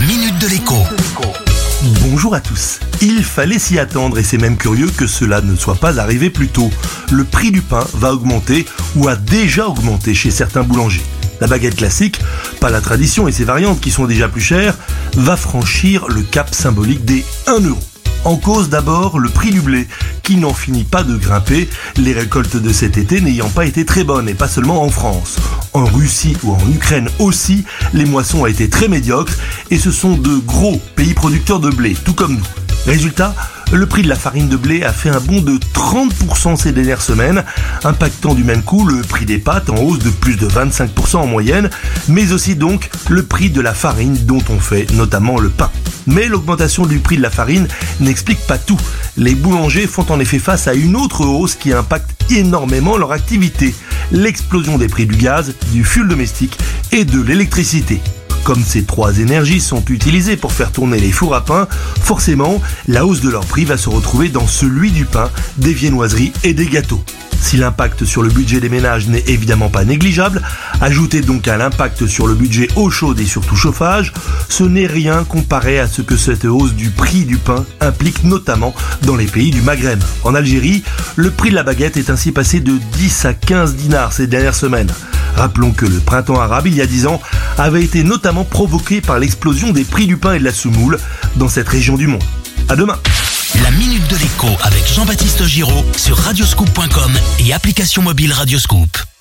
Minute de l'écho. Bonjour à tous. Il fallait s'y attendre et c'est même curieux que cela ne soit pas arrivé plus tôt. Le prix du pain va augmenter ou a déjà augmenté chez certains boulangers. La baguette classique, pas la tradition et ses variantes qui sont déjà plus chères, va franchir le cap symbolique des 1 euro. En cause d'abord le prix du blé, qui n'en finit pas de grimper, les récoltes de cet été n'ayant pas été très bonnes, et pas seulement en France. En Russie ou en Ukraine aussi, les moissons ont été très médiocres, et ce sont de gros pays producteurs de blé, tout comme nous. Résultat, le prix de la farine de blé a fait un bond de 30% ces dernières semaines, impactant du même coup le prix des pâtes en hausse de plus de 25% en moyenne, mais aussi donc le prix de la farine dont on fait notamment le pain. Mais l'augmentation du prix de la farine n'explique pas tout. Les boulangers font en effet face à une autre hausse qui impacte énormément leur activité, l'explosion des prix du gaz, du fioul domestique et de l'électricité. Comme ces trois énergies sont utilisées pour faire tourner les fours à pain, forcément, la hausse de leur prix va se retrouver dans celui du pain, des viennoiseries et des gâteaux. Si l'impact sur le budget des ménages n'est évidemment pas négligeable, ajoutez donc à l'impact sur le budget eau chaude et surtout chauffage, ce n'est rien comparé à ce que cette hausse du prix du pain implique notamment dans les pays du Maghreb. En Algérie, le prix de la baguette est ainsi passé de 10 à 15 dinars ces dernières semaines. Rappelons que le printemps arabe, il y a 10 ans, avait été notamment provoqué par l'explosion des prix du pain et de la semoule dans cette région du monde. À demain. La Minute de l'écho avec Jean-Baptiste Giraud sur radioscoop.com et application mobile Radioscoop.